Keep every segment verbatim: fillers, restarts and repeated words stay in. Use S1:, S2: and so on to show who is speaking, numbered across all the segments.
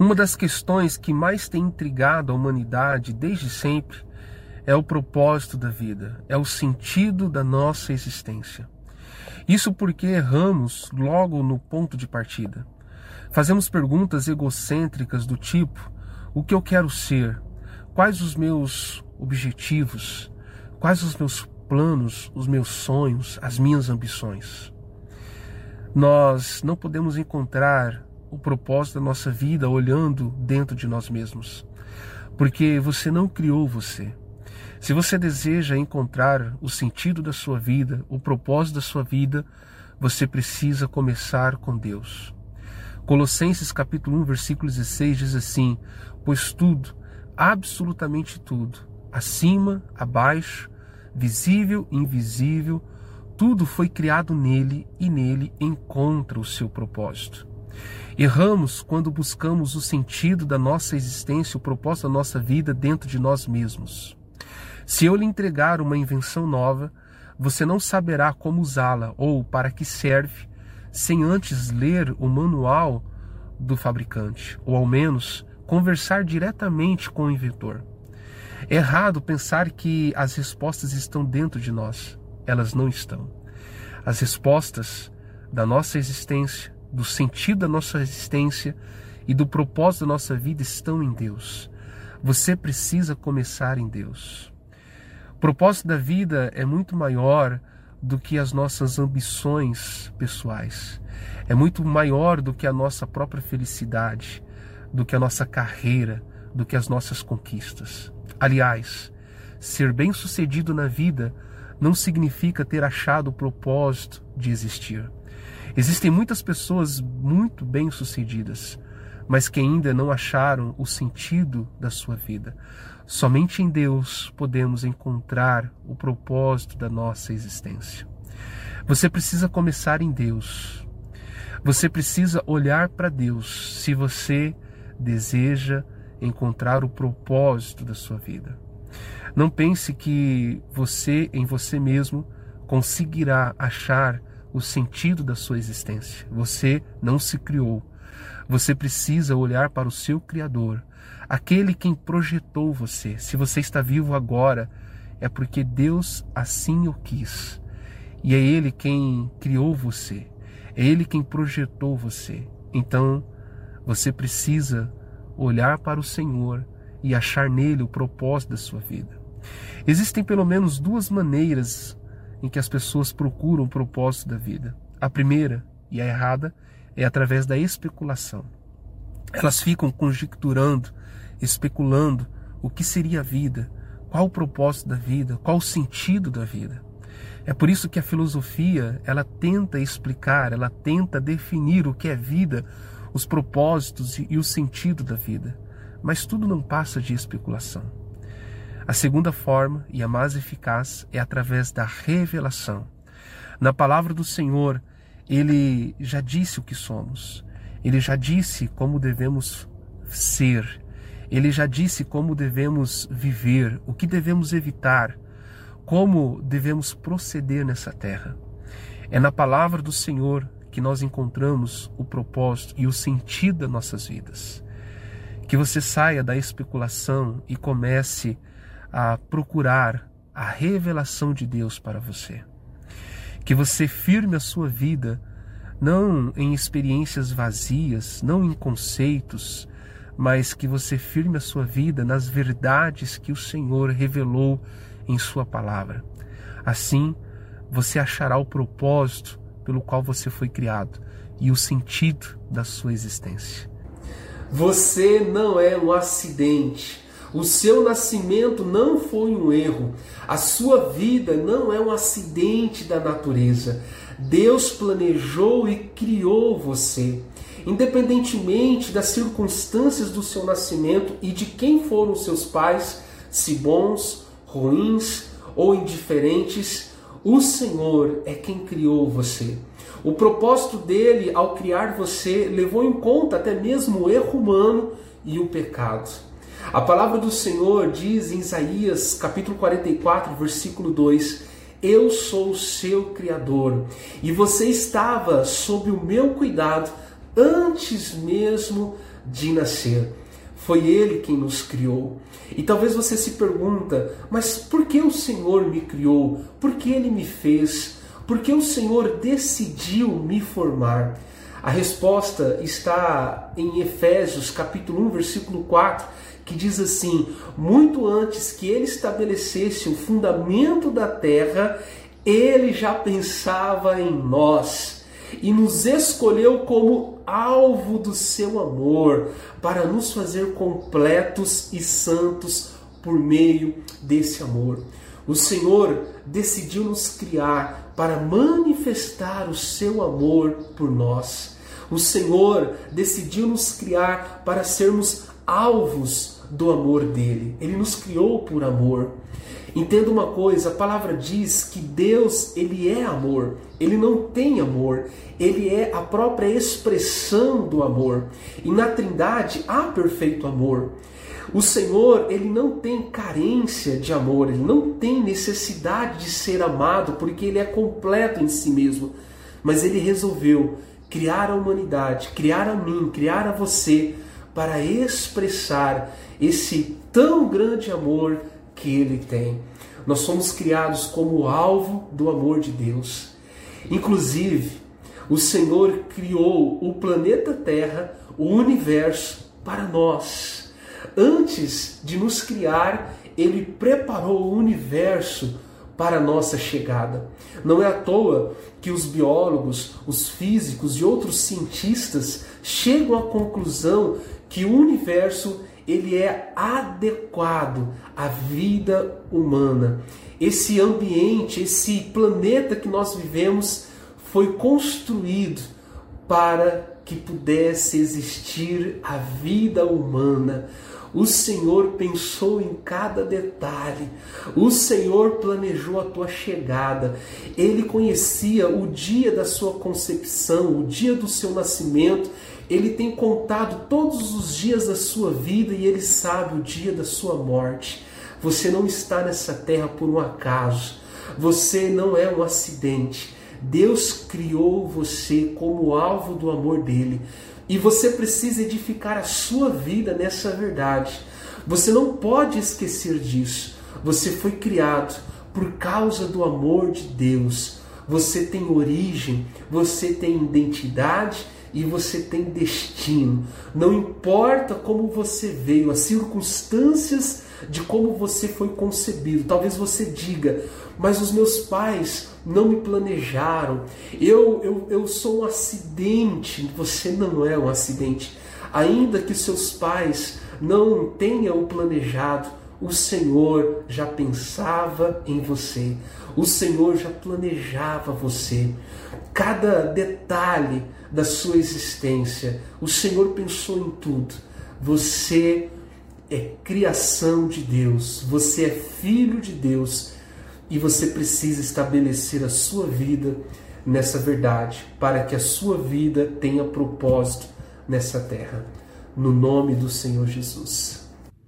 S1: Uma das questões que mais tem intrigado a humanidade desde sempre é o propósito da vida, é o sentido da nossa existência. Isso porque erramos logo no ponto de partida. Fazemos perguntas egocêntricas do tipo: o que eu quero ser? Quais os meus objetivos? Quais os meus planos, os meus sonhos, as minhas ambições? Nós não podemos encontrar o propósito da nossa vida olhando dentro de nós mesmos, porque você não criou você. Se você deseja encontrar o sentido da sua vida, o propósito da sua vida, você precisa começar com Deus. Colossenses capítulo um, versículo dezesseis diz assim: pois tudo, absolutamente tudo, acima, abaixo, visível e invisível, tudo foi criado nele e nele encontra o seu propósito. Erramos quando buscamos o sentido da nossa existência, o propósito da nossa vida dentro de nós mesmos. Se eu lhe entregar uma invenção nova, você não saberá como usá-la ou para que serve, sem antes ler o manual do fabricante, ou ao menos conversar diretamente com o inventor. É errado pensar que as respostas estão dentro de nós. Elas não estão. As respostas da nossa existência, do sentido da nossa existência e do propósito da nossa vida estão em Deus. Você precisa começar em Deus. O propósito da vida é muito maior do que as nossas ambições pessoais. É muito maior do que a nossa própria felicidade, do que a nossa carreira, do que as nossas conquistas. Aliás, ser bem-sucedido na vida não significa ter achado o propósito de existir. Existem muitas pessoas muito bem-sucedidas, mas que ainda não acharam o sentido da sua vida. Somente em Deus podemos encontrar o propósito da nossa existência. Você precisa começar em Deus. Você precisa olhar para Deus se você deseja encontrar o propósito da sua vida. Não pense que você, em você mesmo, conseguirá achar o sentido da sua existência. Você não se criou. Você precisa olhar para o seu Criador, aquele quem projetou você. Se você está vivo agora, é porque Deus assim o quis. E é Ele quem criou você. É Ele quem projetou você. Então, você precisa olhar para o Senhor e achar nele o propósito da sua vida. Existem pelo menos duas maneiras em que as pessoas procuram o propósito da vida. A primeira, e a errada, é através da especulação. Elas ficam conjecturando, especulando o que seria a vida, qual o propósito da vida, qual o sentido da vida. É por isso que a filosofia, ela tenta explicar, ela tenta definir o que é vida, os propósitos e o sentido da vida. Mas tudo não passa de especulação. A segunda forma, e a mais eficaz, é através da revelação. Na palavra do Senhor, Ele já disse o que somos. Ele já disse como devemos ser. Ele já disse como devemos viver, o que devemos evitar, como devemos proceder nessa terra. É na palavra do Senhor que nós encontramos o propósito e o sentido das nossas vidas. Que você saia da especulação e comece a procurar a revelação de Deus para você. Que você firme a sua vida não em experiências vazias, não em conceitos, mas que você firme a sua vida nas verdades que o Senhor revelou em sua palavra. Assim, você achará o propósito pelo qual você foi criado e o sentido da sua existência. Você não é um acidente. O seu nascimento não foi um erro. A sua vida não é um acidente da natureza. Deus planejou e criou você. Independentemente das circunstâncias do seu nascimento e de quem foram seus pais, se bons, ruins ou indiferentes, o Senhor é quem criou você. O propósito dele ao criar você levou em conta até mesmo o erro humano e o pecado. A palavra do Senhor diz em Isaías capítulo quarenta e quatro, versículo dois: eu sou o seu Criador e você estava sob o meu cuidado antes mesmo de nascer. Foi Ele quem nos criou. E talvez você se pergunta, mas por que o Senhor me criou? Por que Ele me fez? Por que o Senhor decidiu me formar? A resposta está em Efésios capítulo um, versículo quatro, que diz assim: muito antes que Ele estabelecesse o fundamento da terra, Ele já pensava em nós e nos escolheu como alvo do seu amor, para nos fazer completos e santos por meio desse amor. O Senhor decidiu nos criar para manifestar o seu amor por nós. O Senhor decidiu nos criar para sermos alvos do amor dele. Ele nos criou por amor. Entenda uma coisa, a palavra diz que Deus, Ele é amor. Ele não tem amor. Ele é a própria expressão do amor. E na Trindade há perfeito amor. O Senhor, Ele não tem carência de amor. Ele não tem necessidade de ser amado, porque Ele é completo em si mesmo. Mas Ele resolveu criar a humanidade, criar a mim, criar a você, para expressar esse tão grande amor que Ele tem. Nós somos criados como alvo do amor de Deus. Inclusive, o Senhor criou o planeta Terra, o universo, para nós. Antes de nos criar, Ele preparou o universo para a nossa chegada. Não é à toa que os biólogos, os físicos e outros cientistas chegam à conclusão que o universo ele é adequado à vida humana. Esse ambiente, esse planeta que nós vivemos foi construído para que pudesse existir a vida humana. O Senhor pensou em cada detalhe. O Senhor planejou a tua chegada. Ele conhecia o dia da sua concepção, o dia do seu nascimento. Ele tem contado todos os dias da sua vida e Ele sabe o dia da sua morte. Você não está nessa terra por um acaso. Você não é um acidente. Deus criou você como alvo do amor dele. E você precisa edificar a sua vida nessa verdade. Você não pode esquecer disso. Você foi criado por causa do amor de Deus. Você tem origem, você tem identidade e você tem destino. Não importa como você veio, as circunstâncias de como você foi concebido. Talvez você diga, mas os meus pais não me planejaram. Eu, eu, eu sou um acidente. Você não é um acidente. Ainda que seus pais não tenham o planejado, o Senhor já pensava em você. O Senhor já planejava você. Cada detalhe da sua existência, o Senhor pensou em tudo. Você é criação de Deus. Você é filho de Deus. E você precisa estabelecer a sua vida nessa verdade, para que a sua vida tenha propósito nessa terra. No nome do Senhor Jesus.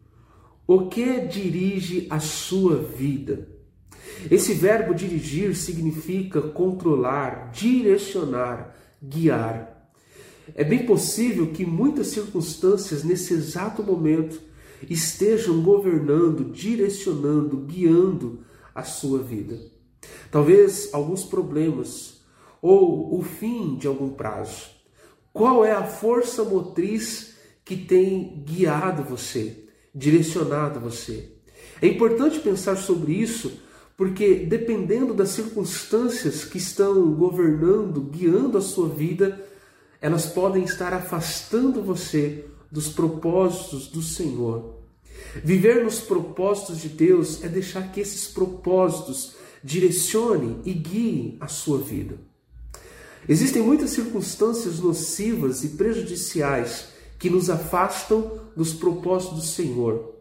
S1: O que dirige a sua vida? Esse verbo dirigir significa controlar, direcionar, guiar. É bem possível que muitas circunstâncias nesse exato momento estejam governando, direcionando, guiando a sua vida. Talvez alguns problemas ou o fim de algum prazo. Qual é a força motriz que tem guiado você, direcionado você? É importante pensar sobre isso, porque dependendo das circunstâncias que estão governando, guiando a sua vida, elas podem estar afastando você dos propósitos do Senhor. Viver nos propósitos de Deus é deixar que esses propósitos direcionem e guiem a sua vida. Existem muitas circunstâncias nocivas e prejudiciais que nos afastam dos propósitos do Senhor.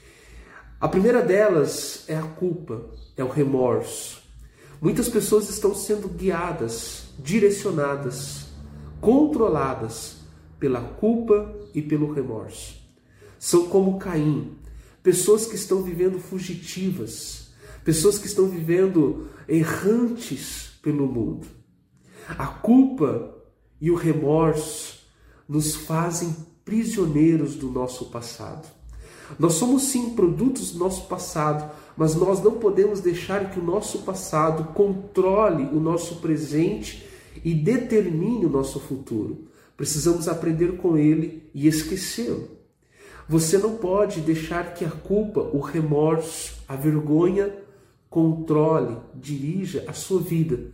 S1: A primeira delas é a culpa, é o remorso. Muitas pessoas estão sendo guiadas, direcionadas, controladas pela culpa e pelo remorso. São como Caim, pessoas que estão vivendo fugitivas, pessoas que estão vivendo errantes pelo mundo. A culpa e o remorso nos fazem prisioneiros do nosso passado. Nós somos sim produtos do nosso passado, mas nós não podemos deixar que o nosso passado controle o nosso presente e determine o nosso futuro. Precisamos aprender com ele e esquecê-lo. Você não pode deixar que a culpa, o remorso, a vergonha controle, dirija a sua vida,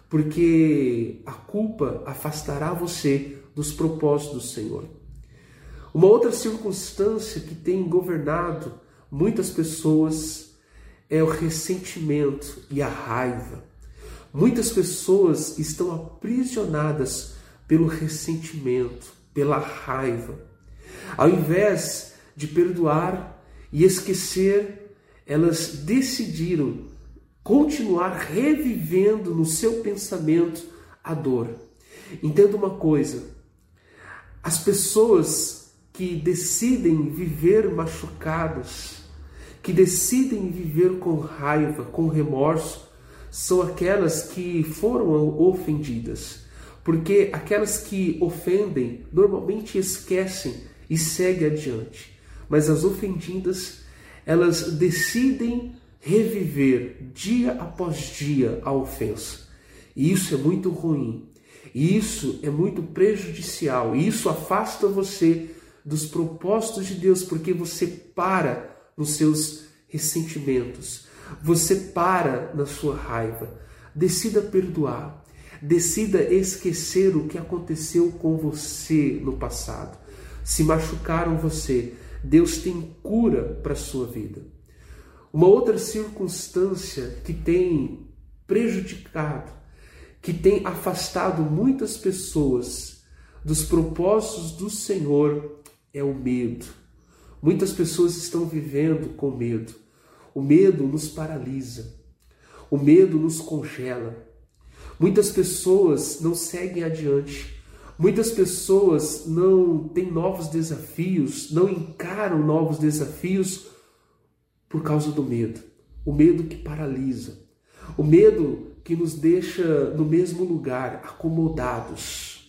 S1: porque a culpa afastará você dos propósitos do Senhor. Uma outra circunstância que tem governado muitas pessoas é o ressentimento e a raiva. Muitas pessoas estão aprisionadas pelo ressentimento, pela raiva. Ao invés de perdoar e esquecer, elas decidiram continuar revivendo no seu pensamento a dor. Entenda uma coisa, as pessoas que decidem viver machucadas, que decidem viver com raiva, com remorso, são aquelas que foram ofendidas. Porque aquelas que ofendem normalmente esquecem e seguem adiante. Mas as ofendidas, elas decidem reviver dia após dia a ofensa. E isso é muito ruim. E isso é muito prejudicial. E isso afasta você dos propósitos de Deus, porque você para nos seus ressentimentos. Você para na sua raiva. Decida perdoar. Decida esquecer o que aconteceu com você no passado. Se machucaram você, Deus tem cura para a sua vida. Uma outra circunstância que tem prejudicado, que tem afastado muitas pessoas dos propósitos do Senhor é o medo. Muitas pessoas estão vivendo com medo. O medo nos paralisa. O medo nos congela. Muitas pessoas não seguem adiante. Muitas pessoas não têm novos desafios, não encaram novos desafios por causa do medo. O medo que paralisa. O medo que nos deixa no mesmo lugar, acomodados.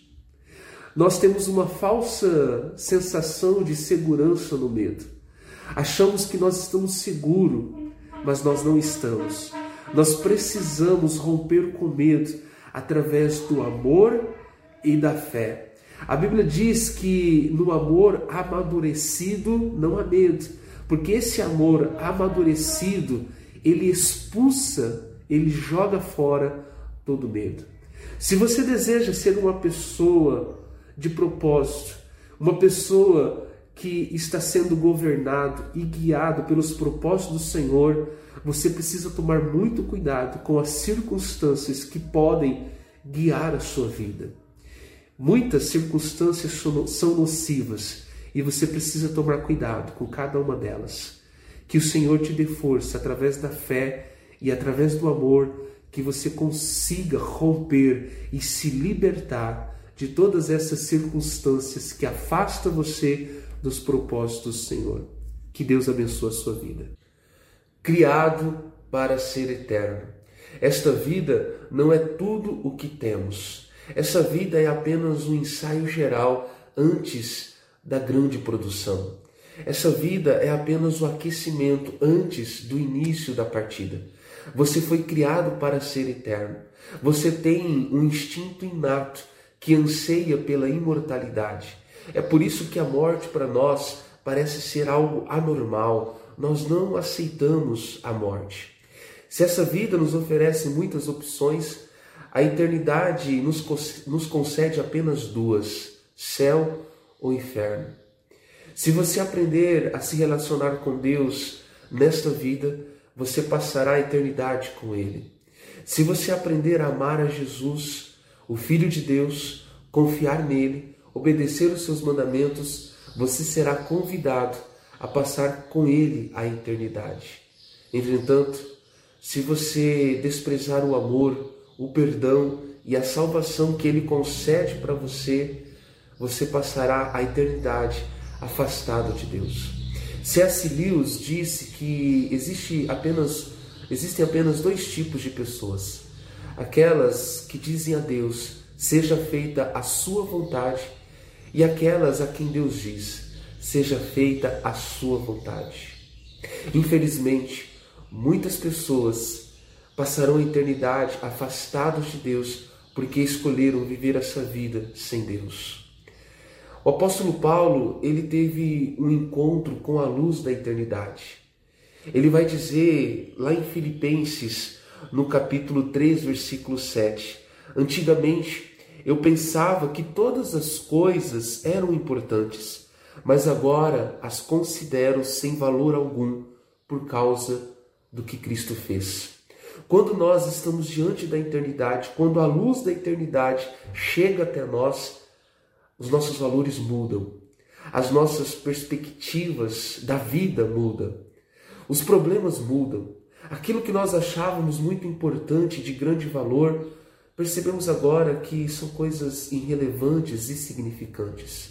S1: Nós temos uma falsa sensação de segurança no medo. Achamos que nós estamos seguros, mas nós não estamos. Nós precisamos romper com medo através do amor e da fé. A Bíblia diz que no amor amadurecido não há medo, porque esse amor amadurecido, ele expulsa, ele joga fora todo medo. Se você deseja ser uma pessoa de propósito, uma pessoa que está sendo governado e guiado pelos propósitos do Senhor, você precisa tomar muito cuidado com as circunstâncias que podem guiar a sua vida. Muitas circunstâncias são nocivas e você precisa tomar cuidado com cada uma delas. Que o Senhor te dê força através da fé e através do amor, que você consiga romper e se libertar de todas essas circunstâncias que afastam você dos propósitos do Senhor. Que Deus abençoe a sua vida. Criado para ser eterno. Esta vida não é tudo o que temos. Essa vida é apenas um ensaio geral antes da grande produção. Essa vida é apenas o aquecimento antes do início da partida. Você foi criado para ser eterno. Você tem um instinto inato que anseia pela imortalidade. É por isso que a morte para nós parece ser algo anormal. Nós não aceitamos a morte. Se essa vida nos oferece muitas opções, a eternidade nos, nos concede apenas duas: céu ou inferno. Se você aprender a se relacionar com Deus nesta vida, você passará a eternidade com Ele. Se você aprender a amar a Jesus, o Filho de Deus, confiar nele, obedecer os seus mandamentos, você será convidado a passar com Ele a eternidade. Entretanto, se você desprezar o amor, o perdão e a salvação que Ele concede para você, você passará a eternidade afastado de Deus. C S Lewis disse que existe apenas, existem apenas dois tipos de pessoas. Aquelas que dizem a Deus, seja feita a sua vontade, e aquelas a quem Deus diz: seja feita a sua vontade. Infelizmente, muitas pessoas passarão a eternidade afastados de Deus porque escolheram viver essa vida sem Deus. O apóstolo Paulo, ele teve um encontro com a luz da eternidade. Ele vai dizer lá em Filipenses, no capítulo três, versículo sete: antigamente eu pensava que todas as coisas eram importantes, mas agora as considero sem valor algum por causa do que Cristo fez. Quando nós estamos diante da eternidade, quando a luz da eternidade chega até nós, os nossos valores mudam, as nossas perspectivas da vida mudam, os problemas mudam. Aquilo que nós achávamos muito importante, de grande valor, percebemos agora que são coisas irrelevantes e insignificantes.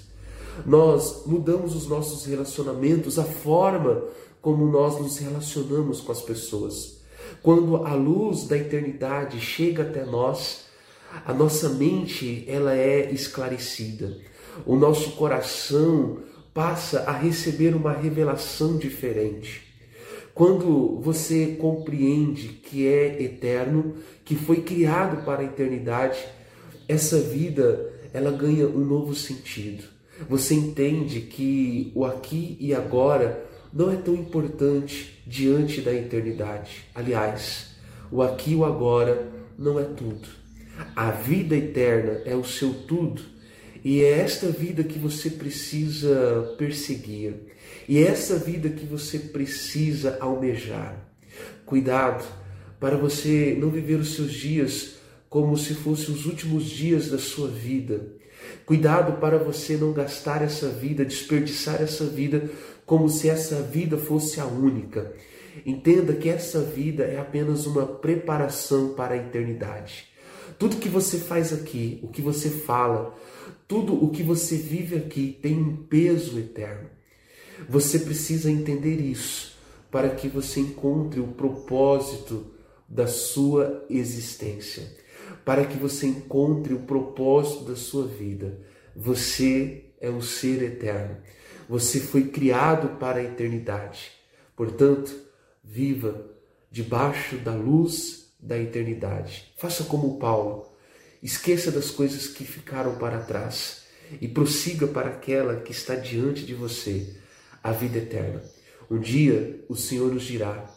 S1: Nós mudamos os nossos relacionamentos, a forma como nós nos relacionamos com as pessoas. Quando a luz da eternidade chega até nós, a nossa mente ela é esclarecida. O nosso coração passa a receber uma revelação diferente. Quando você compreende que é eterno, que foi criado para a eternidade, essa vida ela ganha um novo sentido. Você entende que o aqui e agora não é tão importante diante da eternidade. Aliás, o aqui e o agora não é tudo. A vida eterna é o seu tudo, e é esta vida que você precisa perseguir, e é essa vida que você precisa almejar. Cuidado para você não viver os seus dias como se fossem os últimos dias da sua vida. Cuidado para você não gastar essa vida, desperdiçar essa vida como se essa vida fosse a única. Entenda que essa vida é apenas uma preparação para a eternidade. Tudo que você faz aqui, o que você fala, tudo o que você vive aqui tem um peso eterno. Você precisa entender isso para que você encontre o propósito da sua existência, para que você encontre o propósito da sua vida. Você é um ser eterno. Você foi criado para a eternidade. Portanto, viva debaixo da luz da eternidade. Faça como Paulo. Esqueça das coisas que ficaram para trás e prossiga para aquela que está diante de você, a vida eterna. Um dia o Senhor nos dirá: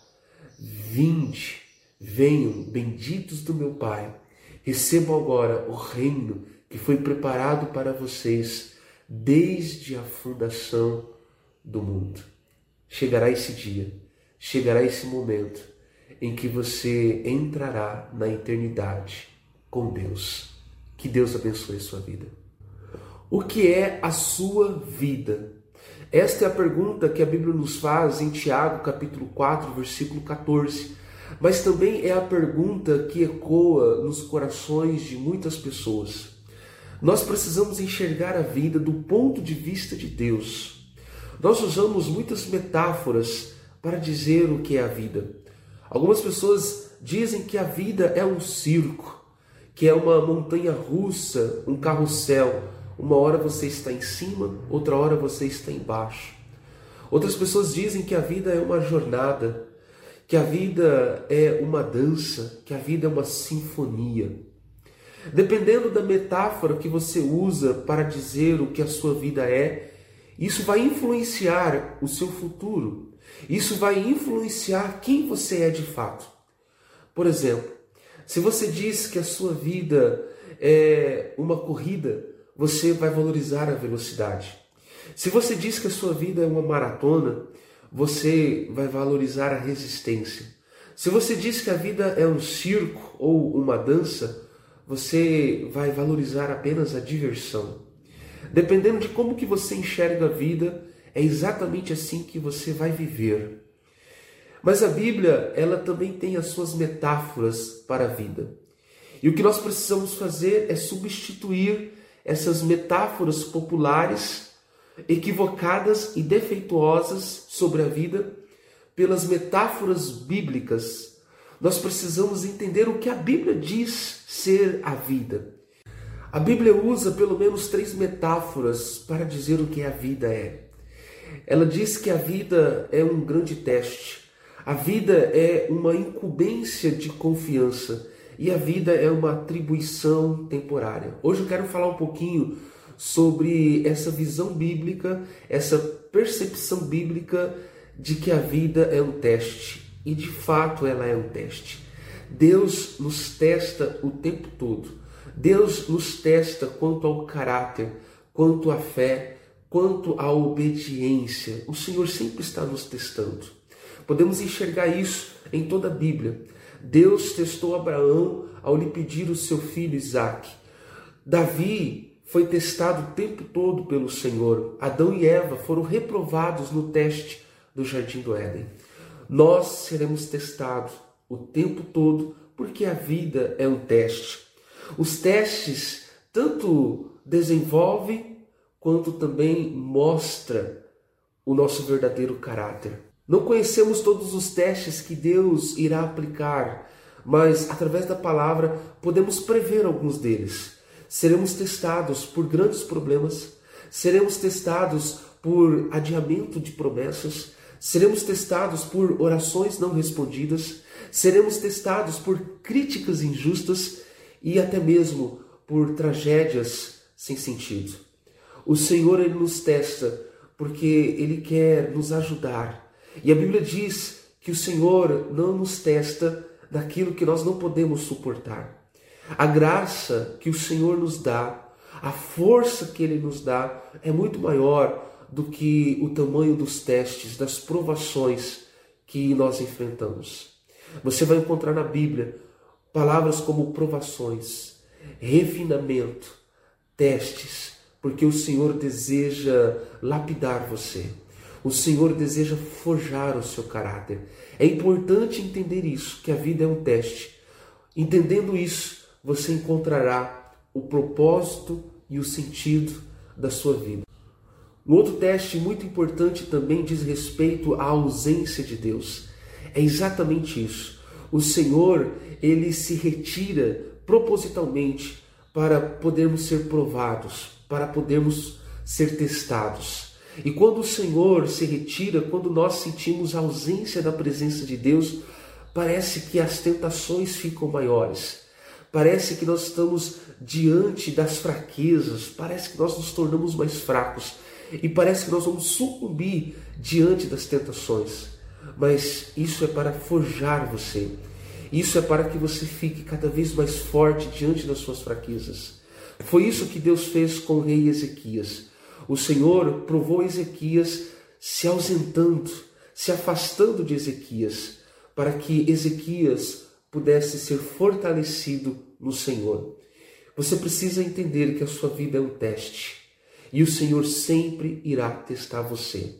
S1: vinde, venham, benditos do meu Pai, recebam agora o reino que foi preparado para vocês desde a fundação do mundo. Chegará esse dia, chegará esse momento em que você entrará na eternidade com Deus. Que Deus abençoe a sua vida. O que é a sua vida? Esta é a pergunta que a Bíblia nos faz em Tiago, capítulo quatro, versículo quatorze. Mas também é a pergunta que ecoa nos corações de muitas pessoas. Nós precisamos enxergar a vida do ponto de vista de Deus. Nós usamos muitas metáforas para dizer o que é a vida. Algumas pessoas dizem que a vida é um circo, que é uma montanha russa, um carrossel. Uma hora você está em cima, outra hora você está embaixo. Outras pessoas dizem que a vida é uma jornada, que a vida é uma dança, que a vida é uma sinfonia. Dependendo da metáfora que você usa para dizer o que a sua vida é, isso vai influenciar o seu futuro. Isso vai influenciar quem você é de fato. Por exemplo, se você diz que a sua vida é uma corrida, você vai valorizar a velocidade. Se você diz que a sua vida é uma maratona, você vai valorizar a resistência. Se você diz que a vida é um circo ou uma dança, você vai valorizar apenas a diversão. Dependendo de como que você enxerga a vida, é exatamente assim que você vai viver. Mas a Bíblia, ela também tem as suas metáforas para a vida. E o que nós precisamos fazer é substituir essas metáforas populares, equivocadas e defeituosas sobre a vida, pelas metáforas bíblicas. Nós precisamos entender o que a Bíblia diz ser a vida. A Bíblia usa pelo menos três metáforas para dizer o que a vida é. Ela diz que a vida é um grande teste. A vida é uma incumbência de confiança. E a vida é uma atribuição temporária. Hoje eu quero falar um pouquinho sobre essa visão bíblica, essa percepção bíblica de que a vida é um teste. E de fato ela é um teste. Deus nos testa o tempo todo. Deus nos testa quanto ao caráter, quanto à fé, quanto à obediência. O Senhor sempre está nos testando. Podemos enxergar isso em toda a Bíblia. Deus testou Abraão ao lhe pedir o seu filho Isaque. Davi foi testado o tempo todo pelo Senhor. Adão e Eva foram reprovados no teste do Jardim do Éden. Nós seremos testados o tempo todo porque a vida é um teste. Os testes tanto desenvolvem quanto também mostram o nosso verdadeiro caráter. Não conhecemos todos os testes que Deus irá aplicar, mas através da palavra podemos prever alguns deles. Seremos testados por grandes problemas, seremos testados por adiamento de promessas, seremos testados por orações não respondidas, seremos testados por críticas injustas e até mesmo por tragédias sem sentido. O Senhor, Ele nos testa porque Ele quer nos ajudar. E a Bíblia diz que o Senhor não nos testa daquilo que nós não podemos suportar. A graça que o Senhor nos dá, a força que Ele nos dá, é muito maior do que o tamanho dos testes, das provações que nós enfrentamos. Você vai encontrar na Bíblia palavras como provações, refinamento, testes, porque o Senhor deseja lapidar você. O Senhor deseja forjar o seu caráter. É importante entender isso, que a vida é um teste. Entendendo isso, você encontrará o propósito e o sentido da sua vida. Um outro teste muito importante também diz respeito à ausência de Deus. É exatamente isso. O Senhor, Ele se retira propositalmente para podermos ser provados, para podermos ser testados. E quando o Senhor se retira, quando nós sentimos a ausência da presença de Deus, parece que as tentações ficam maiores. Parece que nós estamos diante das fraquezas, parece que nós nos tornamos mais fracos. E parece que nós vamos sucumbir diante das tentações. Mas isso é para forjar você. Isso é para que você fique cada vez mais forte diante das suas fraquezas. Foi isso que Deus fez com o rei Ezequias. O Senhor provou Ezequias se ausentando, se afastando de Ezequias, para que Ezequias pudesse ser fortalecido no Senhor. Você precisa entender que a sua vida é um teste. E o Senhor sempre irá testar você.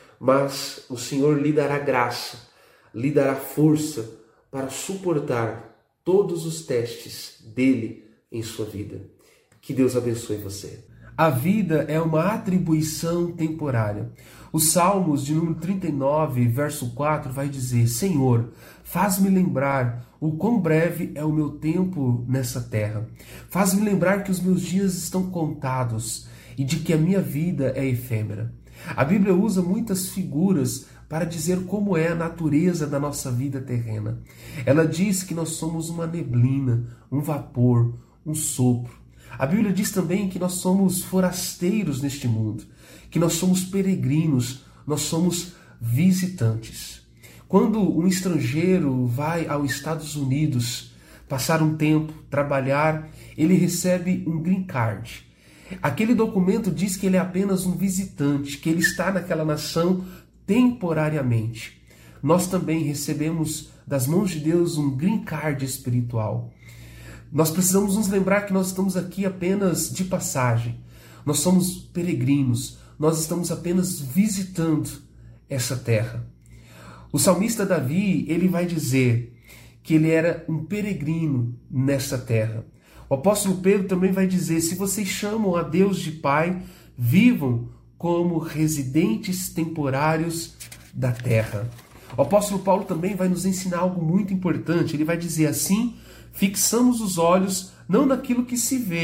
S1: Mas o Senhor lhe dará graça, lhe dará força para suportar todos os testes dele em sua vida. Que Deus abençoe você. A vida é uma atribuição temporária. Os Salmos de número trinta e nove, verso quatro, vai dizer: Senhor, faz-me lembrar o quão breve é o meu tempo nessa terra. Faz-me lembrar que os meus dias estão contados e de que a minha vida é efêmera. A Bíblia usa muitas figuras para dizer como é a natureza da nossa vida terrena. Ela diz que nós somos uma neblina, um vapor, um sopro. A Bíblia diz também que nós somos forasteiros neste mundo, que nós somos peregrinos, nós somos visitantes. Quando um estrangeiro vai aos Estados Unidos passar um tempo, trabalhar, ele recebe um green card. Aquele documento diz que ele é apenas um visitante, que ele está naquela nação temporariamente. Nós também recebemos das mãos de Deus um green card espiritual. Nós precisamos nos lembrar que nós estamos aqui apenas de passagem. Nós somos peregrinos, nós estamos apenas visitando essa terra. O salmista Davi, ele vai dizer que ele era um peregrino nessa terra. O apóstolo Pedro também vai dizer: se vocês chamam a Deus de Pai, vivam como residentes temporários da terra. O apóstolo Paulo também vai nos ensinar algo muito importante. Ele vai dizer assim: fixamos os olhos não naquilo que se vê,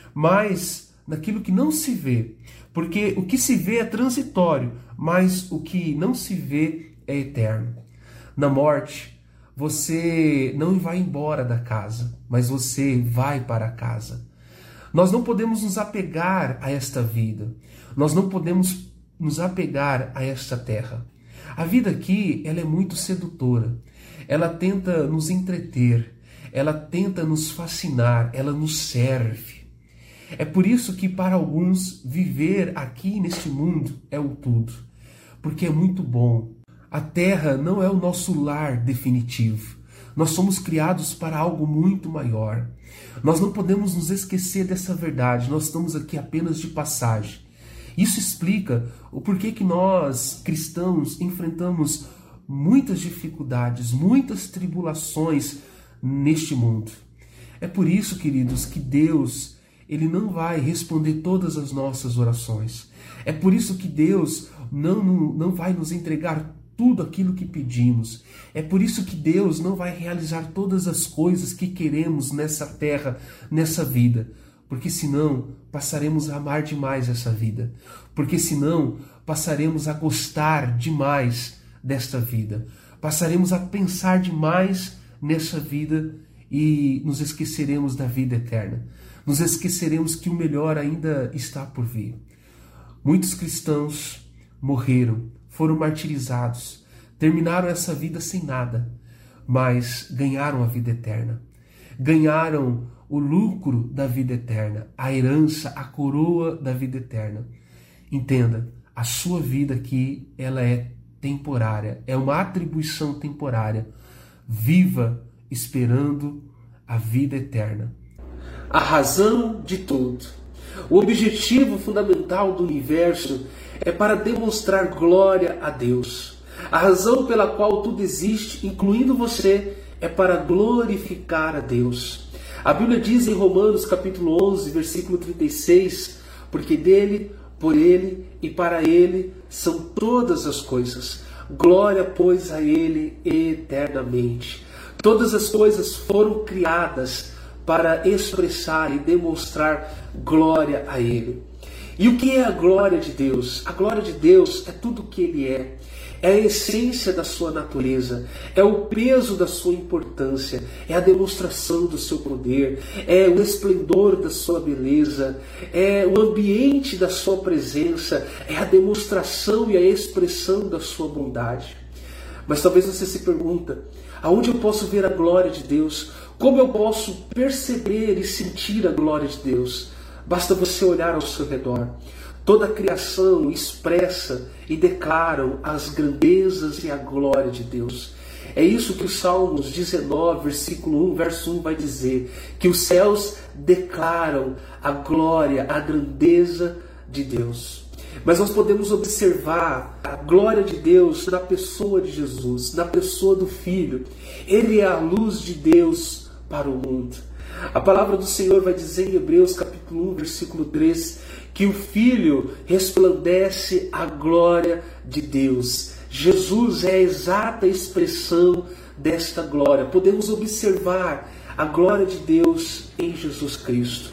S1: mas naquilo que não se vê. Porque o que se vê é transitório, mas o que não se vê é eterno. Na morte, você não vai embora da casa, mas você vai para a casa. Nós não podemos nos apegar a esta vida. Nós não podemos nos apegar a esta terra. A vida aqui, ela é muito sedutora. Ela tenta nos entreter. Ela tenta nos fascinar. Ela nos serve. É por isso que para alguns viver aqui neste mundo é o tudo. Porque é muito bom. A terra não é o nosso lar definitivo. Nós somos criados para algo muito maior. Nós não podemos nos esquecer dessa verdade. Nós estamos aqui apenas de passagem. Isso explica o porquê que nós, cristãos, enfrentamos muitas dificuldades, muitas tribulações neste mundo. É por isso, queridos, que Deus, Ele não vai responder todas as nossas orações. É por isso que Deus não, não vai nos entregar tudo aquilo que pedimos. É por isso que Deus não vai realizar todas as coisas que queremos nessa terra, nessa vida. Porque senão passaremos a amar demais essa vida. Porque senão passaremos a gostar demais desta vida. Passaremos a pensar demais nessa vida e nos esqueceremos da vida eterna. Nos esqueceremos que o melhor ainda está por vir. Muitos cristãos morreram, foram martirizados, terminaram essa vida sem nada, mas ganharam a vida eterna. Ganharam o lucro da vida eterna, a herança, a coroa da vida eterna. Entenda, a sua vida aqui, ela é temporária, é uma atribuição temporária. Viva esperando a vida eterna. A razão de tudo, o objetivo fundamental do universo é para demonstrar glória a Deus. A razão pela qual tudo existe, incluindo você, é para glorificar a Deus. A Bíblia diz em Romanos capítulo onze, versículo trinta e seis, porque dele, por ele e para ele são todas as coisas. Glória, pois, a ele eternamente. Todas as coisas foram criadas para expressar e demonstrar glória a ele. E o que é a glória de Deus? A glória de Deus é tudo o que Ele é. É a essência da sua natureza, é o peso da sua importância, é a demonstração do seu poder, é o esplendor da sua beleza, é o ambiente da sua presença, é a demonstração e a expressão da sua bondade. Mas talvez você se pergunta, aonde eu posso ver a glória de Deus? Como eu posso perceber e sentir a glória de Deus? Basta você olhar ao seu redor. Toda a criação expressa e declara as grandezas e a glória de Deus. É isso que o Salmos dezenove, versículo um, verso um vai dizer, que os céus declaram a glória, a grandeza de Deus. Mas nós podemos observar a glória de Deus na pessoa de Jesus, na pessoa do Filho. Ele é a luz de Deus para o mundo. A palavra do Senhor vai dizer em Hebreus capítulo um, versículo três, que o Filho resplandece a glória de Deus. Jesus é a exata expressão desta glória. Podemos observar a glória de Deus em Jesus Cristo.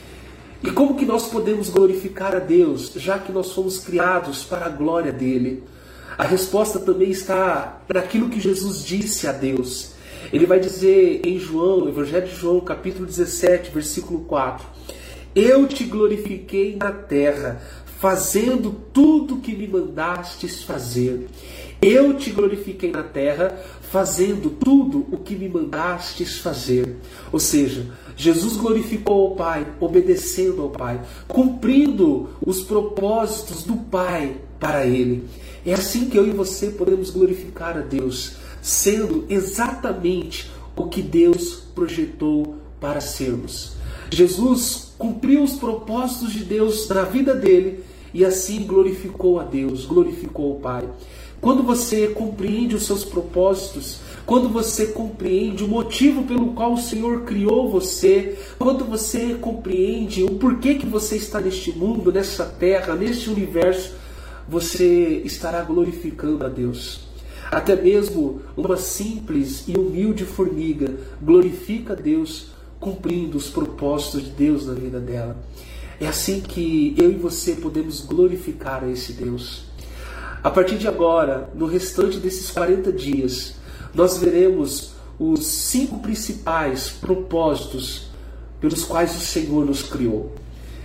S1: E como que nós podemos glorificar a Deus, já que nós fomos criados para a glória dele? A resposta também está naquilo que Jesus disse a Deus. Ele vai dizer em João, Evangelho de João, capítulo dezessete, versículo quatro. Eu te glorifiquei na terra, fazendo tudo o que me mandastes fazer. Eu te glorifiquei na terra, fazendo tudo o que me mandastes fazer. Ou seja, Jesus glorificou ao Pai, obedecendo ao Pai, cumprindo os propósitos do Pai para Ele. É assim que eu e você podemos glorificar a Deus, sendo exatamente o que Deus projetou para sermos. Jesus cumpriu os propósitos de Deus na vida dele e assim glorificou a Deus, glorificou o Pai. Quando você compreende os seus propósitos, quando você compreende o motivo pelo qual o Senhor criou você, quando você compreende o porquê que você está neste mundo, nessa terra, neste universo, você estará glorificando a Deus. Até mesmo uma simples e humilde formiga glorifica a Deus cumprindo os propósitos de Deus na vida dela. É assim que eu e você podemos glorificar a esse Deus. A partir de agora, no restante desses quarenta dias, nós veremos os cinco principais propósitos pelos quais o Senhor nos criou.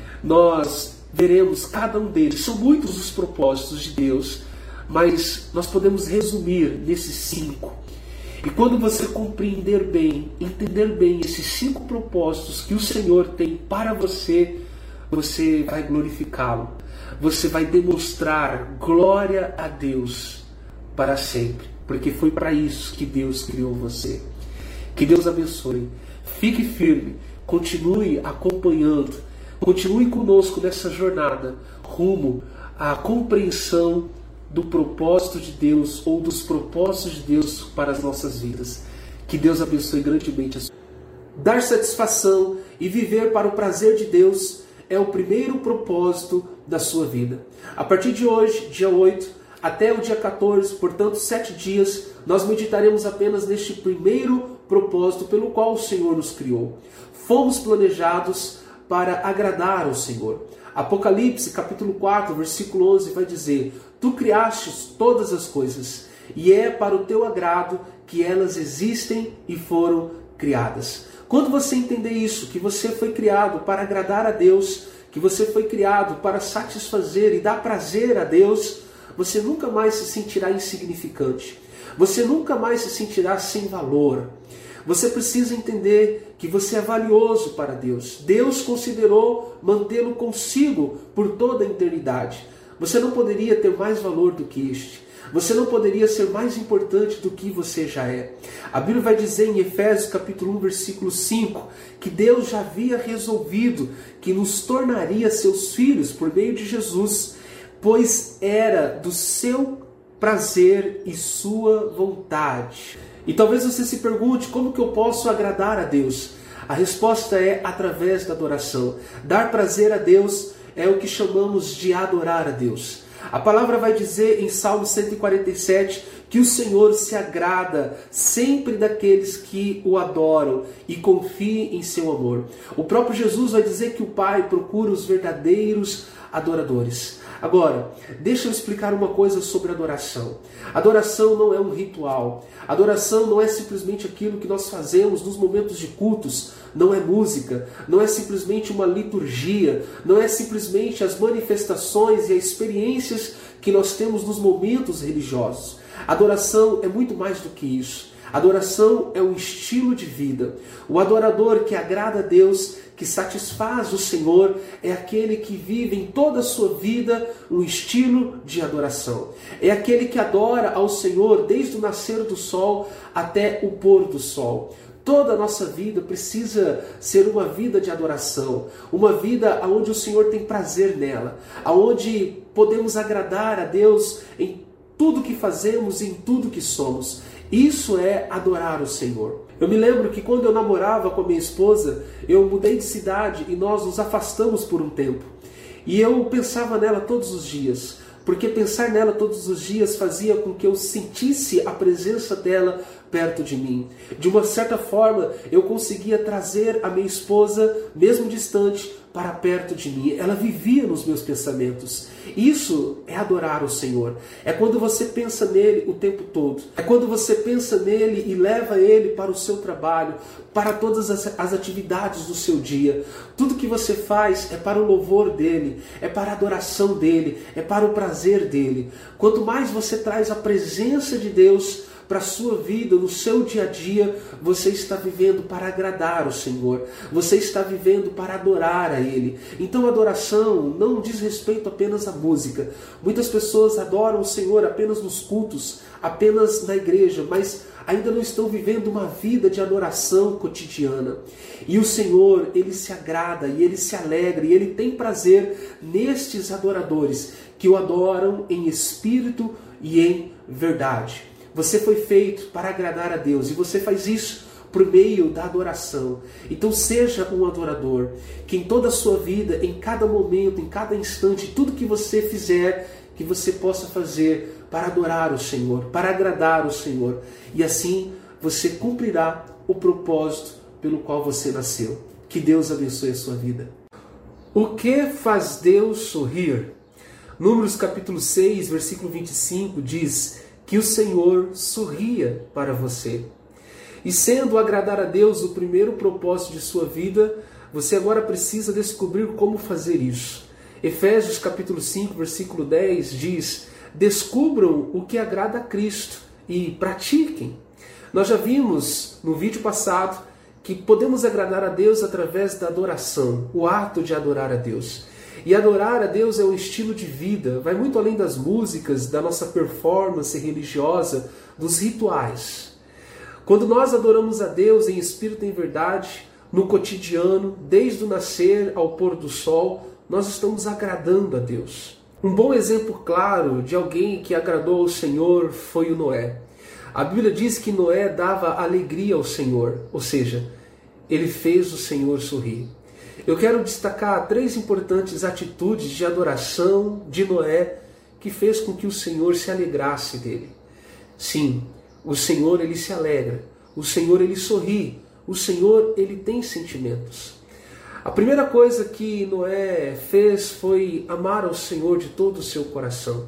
S1: Nós veremos cada um deles. São muitos os propósitos de Deus, mas nós podemos resumir nesses cinco. E quando você compreender bem, entender bem esses cinco propósitos que o Senhor tem para você, você vai glorificá-lo. Você vai demonstrar glória a Deus para sempre, porque foi para isso que Deus criou você. Que Deus abençoe. Fique firme, continue acompanhando, continue conosco nessa jornada rumo à compreensão do propósito de Deus ou dos propósitos de Deus para as nossas vidas. Que Deus abençoe grandemente a sua vida. Dar satisfação e viver para o prazer de Deus é o primeiro propósito da sua vida. A partir de hoje, dia oito, até o dia quatorze, portanto sete dias, nós meditaremos apenas neste primeiro propósito pelo qual o Senhor nos criou. Fomos planejados para agradar ao Senhor. Apocalipse capítulo quatro, versículo onze vai dizer: Tu criastes todas as coisas, e é para o teu agrado que elas existem e foram criadas. Quando você entender isso, que você foi criado para agradar a Deus, que você foi criado para satisfazer e dar prazer a Deus, você nunca mais se sentirá insignificante. Você nunca mais se sentirá sem valor. Você precisa entender que você é valioso para Deus. Deus considerou mantê-lo consigo por toda a eternidade. Você não poderia ter mais valor do que este. Você não poderia ser mais importante do que você já é. A Bíblia vai dizer em Efésios capítulo um, versículo cinco, que Deus já havia resolvido que nos tornaria seus filhos por meio de Jesus, pois era do seu prazer e sua vontade. E talvez você se pergunte, como que eu posso agradar a Deus? A resposta é através da adoração. Dar prazer a Deus é o que chamamos de adorar a Deus. A palavra vai dizer em Salmo cento e quarenta e sete que o Senhor se agrada sempre daqueles que o adoram e confiem em seu amor. O próprio Jesus vai dizer que o Pai procura os verdadeiros adoradores. Agora, deixa eu explicar uma coisa sobre adoração. Adoração não é um ritual. Adoração não é simplesmente aquilo que nós fazemos nos momentos de cultos. Não é música, não é simplesmente uma liturgia, não é simplesmente as manifestações e as experiências que nós temos nos momentos religiosos. Adoração é muito mais do que isso. Adoração é um estilo de vida. O adorador que agrada a Deus, que satisfaz o Senhor, é aquele que vive em toda a sua vida um estilo de adoração. É aquele que adora ao Senhor desde o nascer do sol até o pôr do sol. Toda a nossa vida precisa ser uma vida de adoração, uma vida onde o Senhor tem prazer nela, onde podemos agradar a Deus em tudo que fazemos e em tudo que somos. Isso é adorar o Senhor. Eu me lembro que quando eu namorava com a minha esposa, eu mudei de cidade e nós nos afastamos por um tempo. E eu pensava nela todos os dias, porque pensar nela todos os dias fazia com que eu sentisse a presença dela perto de mim. De uma certa forma, eu conseguia trazer a minha esposa, mesmo distante, para perto de mim. Ela vivia nos meus pensamentos. Isso é adorar o Senhor. É quando você pensa nele o tempo todo. É quando você pensa nele e leva ele para o seu trabalho, para todas as, as atividades do seu dia. Tudo que você faz é para o louvor dele, é para a adoração dele, é para o prazer dele. Quanto mais você traz a presença de Deus para a sua vida, no seu dia a dia, você está vivendo para agradar o Senhor. Você está vivendo para adorar a Ele. Então a adoração não diz respeito apenas à música. Muitas pessoas adoram o Senhor apenas nos cultos, apenas na igreja, mas ainda não estão vivendo uma vida de adoração cotidiana. E o Senhor, Ele se agrada e Ele se alegra e Ele tem prazer nestes adoradores que o adoram em espírito e em verdade. Você foi feito para agradar a Deus e você faz isso por meio da adoração. Então seja um adorador, que em toda a sua vida, em cada momento, em cada instante, tudo que você fizer, que você possa fazer para adorar o Senhor, para agradar o Senhor. E assim você cumprirá o propósito pelo qual você nasceu. Que Deus abençoe a sua vida. O que faz Deus sorrir? Números capítulo seis, versículo vinte e cinco diz que o Senhor sorria para você. E sendo agradar a Deus o primeiro propósito de sua vida, você agora precisa descobrir como fazer isso. Efésios capítulo cinco, versículo dez diz: descubram o que agrada a Cristo e pratiquem. Nós já vimos no vídeo passado que podemos agradar a Deus através da adoração, o ato de adorar a Deus. E adorar a Deus é um estilo de vida, vai muito além das músicas, da nossa performance religiosa, dos rituais. Quando nós adoramos a Deus em espírito e em verdade, no cotidiano, desde o nascer ao pôr do sol, nós estamos agradando a Deus. Um bom exemplo claro de alguém que agradou ao Senhor foi o Noé. A Bíblia diz que Noé dava alegria ao Senhor, ou seja, ele fez o Senhor sorrir. Eu quero destacar três importantes atitudes de adoração de Noé que fez com que o Senhor se alegrasse dele. Sim, o Senhor ele se alegra, o Senhor ele sorri, o Senhor ele tem sentimentos. A primeira coisa que Noé fez foi amar ao Senhor de todo o seu coração.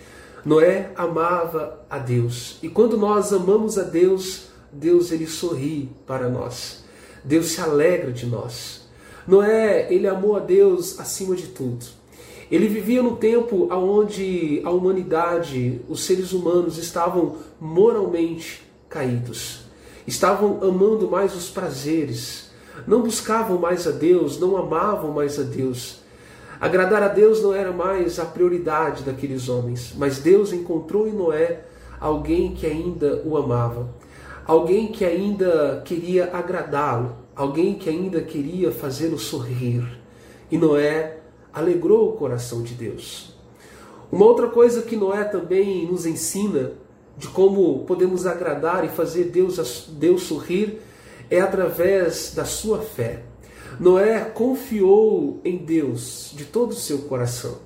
S1: Noé amava a Deus. E quando nós amamos a Deus, Deus ele sorri para nós. Deus se alegra de nós. Noé, ele amou a Deus acima de tudo. Ele vivia num tempo onde a humanidade, os seres humanos, estavam moralmente caídos. Estavam amando mais os prazeres. Não buscavam mais a Deus, não amavam mais a Deus. Agradar a Deus não era mais a prioridade daqueles homens, mas Deus encontrou em Noé alguém que ainda o amava, alguém que ainda queria agradá-lo, alguém que ainda queria fazê-lo sorrir. E Noé alegrou o coração de Deus. Uma outra coisa que Noé também nos ensina de como podemos agradar e fazer Deus, Deus sorrir é através da sua fé. Noé confiou em Deus de todo o seu coração.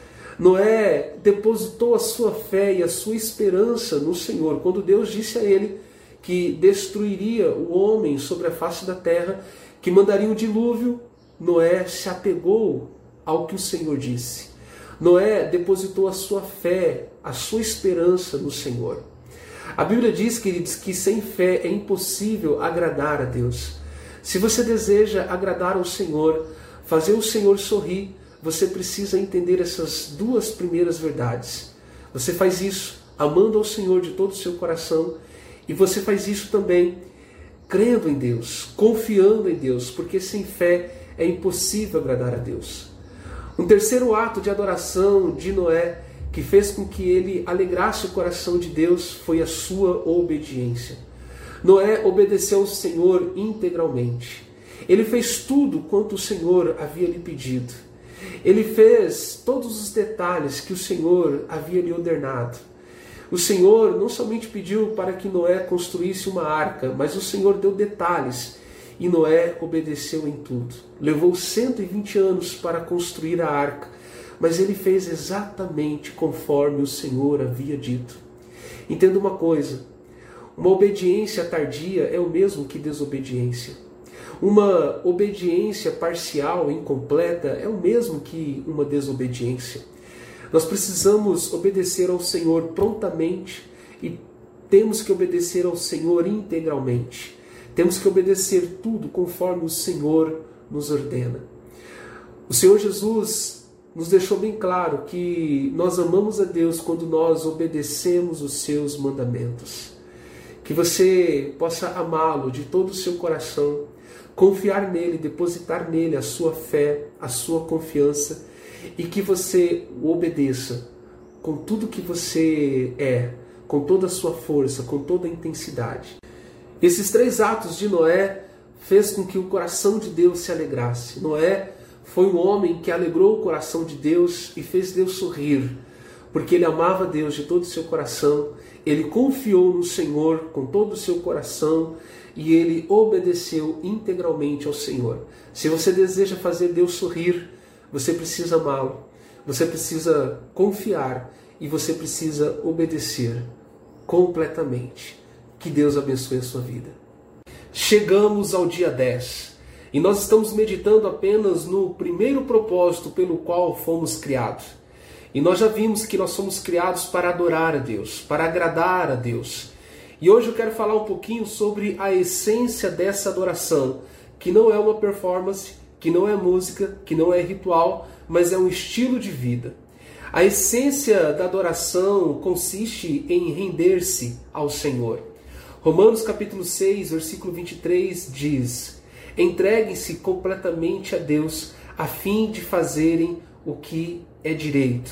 S1: Noé depositou a sua fé e a sua esperança no Senhor. Quando Deus disse a ele que destruiria o homem sobre a face da terra, que mandaria um dilúvio, Noé se apegou ao que o Senhor disse. Noé depositou a sua fé, a sua esperança no Senhor. A Bíblia diz, queridos, que sem fé é impossível agradar a Deus. Se você deseja agradar ao Senhor, fazer o Senhor sorrir, você precisa entender essas duas primeiras verdades. Você faz isso amando ao Senhor de todo o seu coração, e você faz isso também crendo em Deus, confiando em Deus, porque sem fé é impossível agradar a Deus. Um terceiro ato de adoração de Noé, que fez com que ele alegrasse o coração de Deus, foi a sua obediência. Noé obedeceu ao Senhor integralmente. Ele fez tudo quanto o Senhor havia lhe pedido. Ele fez todos os detalhes que o Senhor havia lhe ordenado. O Senhor não somente pediu para que Noé construísse uma arca, mas o Senhor deu detalhes e Noé obedeceu em tudo. Levou cento e vinte anos para construir a arca, mas ele fez exatamente conforme o Senhor havia dito. Entenda uma coisa: uma obediência tardia é o mesmo que desobediência. Uma obediência parcial, incompleta, é o mesmo que uma desobediência. Nós precisamos obedecer ao Senhor prontamente e temos que obedecer ao Senhor integralmente. Temos que obedecer tudo conforme o Senhor nos ordena. O Senhor Jesus nos deixou bem claro que nós amamos a Deus quando nós obedecemos os seus mandamentos. Que você possa amá-lo de todo o seu coração, confiar nele, depositar nele a sua fé, a sua confiança, e que você o obedeça com tudo que você é, com toda a sua força, com toda a intensidade. Esses três atos de Noé fez com que o coração de Deus se alegrasse. Noé foi um homem que alegrou o coração de Deus e fez Deus sorrir, porque ele amava Deus de todo o seu coração, ele confiou no Senhor com todo o seu coração e ele obedeceu integralmente ao Senhor. Se você deseja fazer Deus sorrir, você precisa amá-lo, você precisa confiar e você precisa obedecer completamente. Que Deus abençoe a sua vida. Chegamos ao dia dez e nós estamos meditando apenas no primeiro propósito pelo qual fomos criados. E nós já vimos que nós somos criados para adorar a Deus, para agradar a Deus. E hoje eu quero falar um pouquinho sobre a essência dessa adoração, que não é uma performance, que não é música, que não é ritual, mas é um estilo de vida. A essência da adoração consiste em render-se ao Senhor. Romanos capítulo seis, versículo vinte e três diz: entreguem-se completamente a Deus, a fim de fazerem o que é direito.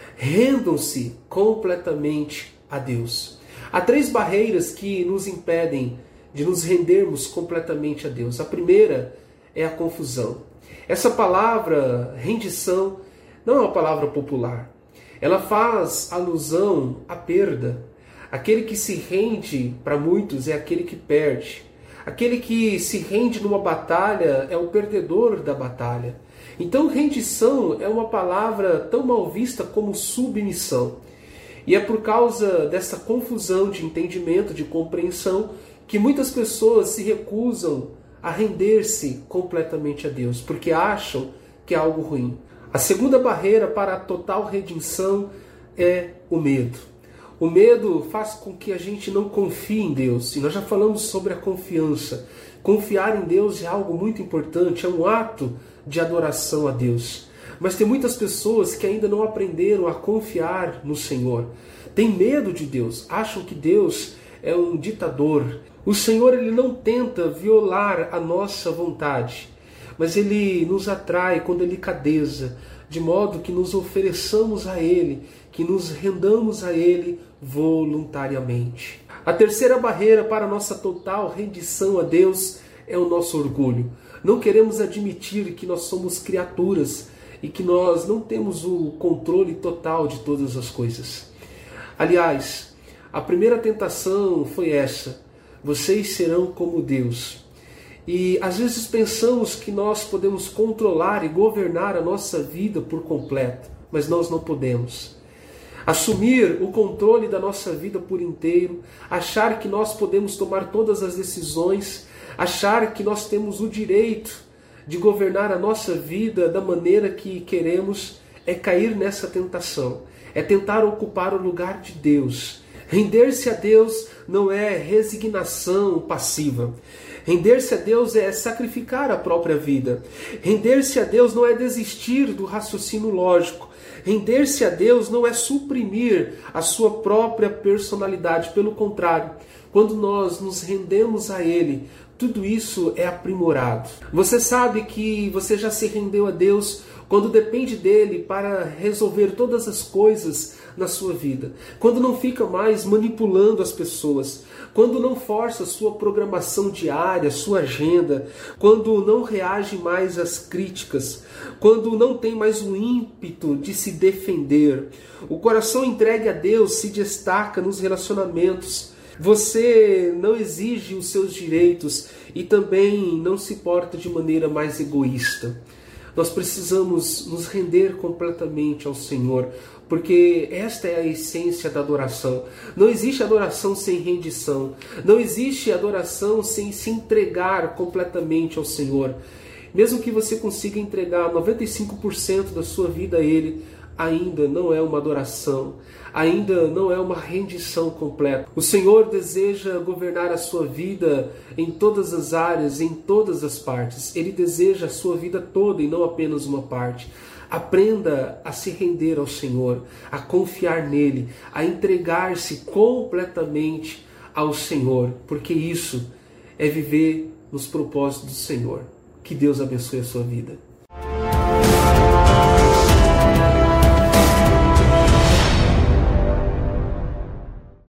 S1: Rendam-se completamente a Deus. Há três barreiras que nos impedem de nos rendermos completamente a Deus. A primeira é a confusão. Essa palavra rendição não é uma palavra popular. Ela faz alusão à perda. Aquele que se rende, para muitos, é aquele que perde. Aquele que se rende numa batalha é o perdedor da batalha. Então, rendição é uma palavra tão mal vista como submissão. E é por causa dessa confusão de entendimento, de compreensão, que muitas pessoas se recusam a render-se completamente a Deus, porque acham que é algo ruim. A segunda barreira para a total redenção é o medo. O medo faz com que a gente não confie em Deus. E nós já falamos sobre a confiança. Confiar em Deus é algo muito importante, é um ato de adoração a Deus. Mas tem muitas pessoas que ainda não aprenderam a confiar no Senhor. Tem medo de Deus, acham que Deus é um ditador. O Senhor ele não tenta violar a nossa vontade, mas Ele nos atrai com delicadeza, de modo que nos ofereçamos a Ele, que nos rendamos a Ele voluntariamente. A terceira barreira para a nossa total rendição a Deus é o nosso orgulho. Não queremos admitir que nós somos criaturas e que nós não temos o controle total de todas as coisas. Aliás, a primeira tentação foi essa: vocês serão como Deus. E às vezes pensamos que nós podemos controlar e governar a nossa vida por completo, mas nós não podemos. Assumir o controle da nossa vida por inteiro, achar que nós podemos tomar todas as decisões, achar que nós temos o direito de governar a nossa vida da maneira que queremos, é cair nessa tentação, é tentar ocupar o lugar de Deus. Render-se a Deus não é resignação passiva. Render-se a Deus é sacrificar a própria vida. Render-se a Deus não é desistir do raciocínio lógico. Render-se a Deus não é suprimir a sua própria personalidade. Pelo contrário, quando nós nos rendemos a Ele, tudo isso é aprimorado. Você sabe que você já se rendeu a Deus quando depende dele para resolver todas as coisas na sua vida, quando não fica mais manipulando as pessoas, quando não força a sua programação diária, sua agenda, quando não reage mais às críticas, quando não tem mais o ímpeto de se defender. O coração entregue a Deus se destaca nos relacionamentos. Você não exige os seus direitos e também não se porta de maneira mais egoísta. Nós precisamos nos render completamente ao Senhor, porque esta é a essência da adoração. Não existe adoração sem rendição. Não existe adoração sem se entregar completamente ao Senhor. Mesmo que você consiga entregar noventa e cinco por cento da sua vida a Ele, ainda não é uma adoração, ainda não é uma rendição completa. O Senhor deseja governar a sua vida em todas as áreas, em todas as partes. Ele deseja a sua vida toda e não apenas uma parte. Aprenda a se render ao Senhor, a confiar nele, a entregar-se completamente ao Senhor, porque isso é viver nos propósitos do Senhor. Que Deus abençoe a sua vida.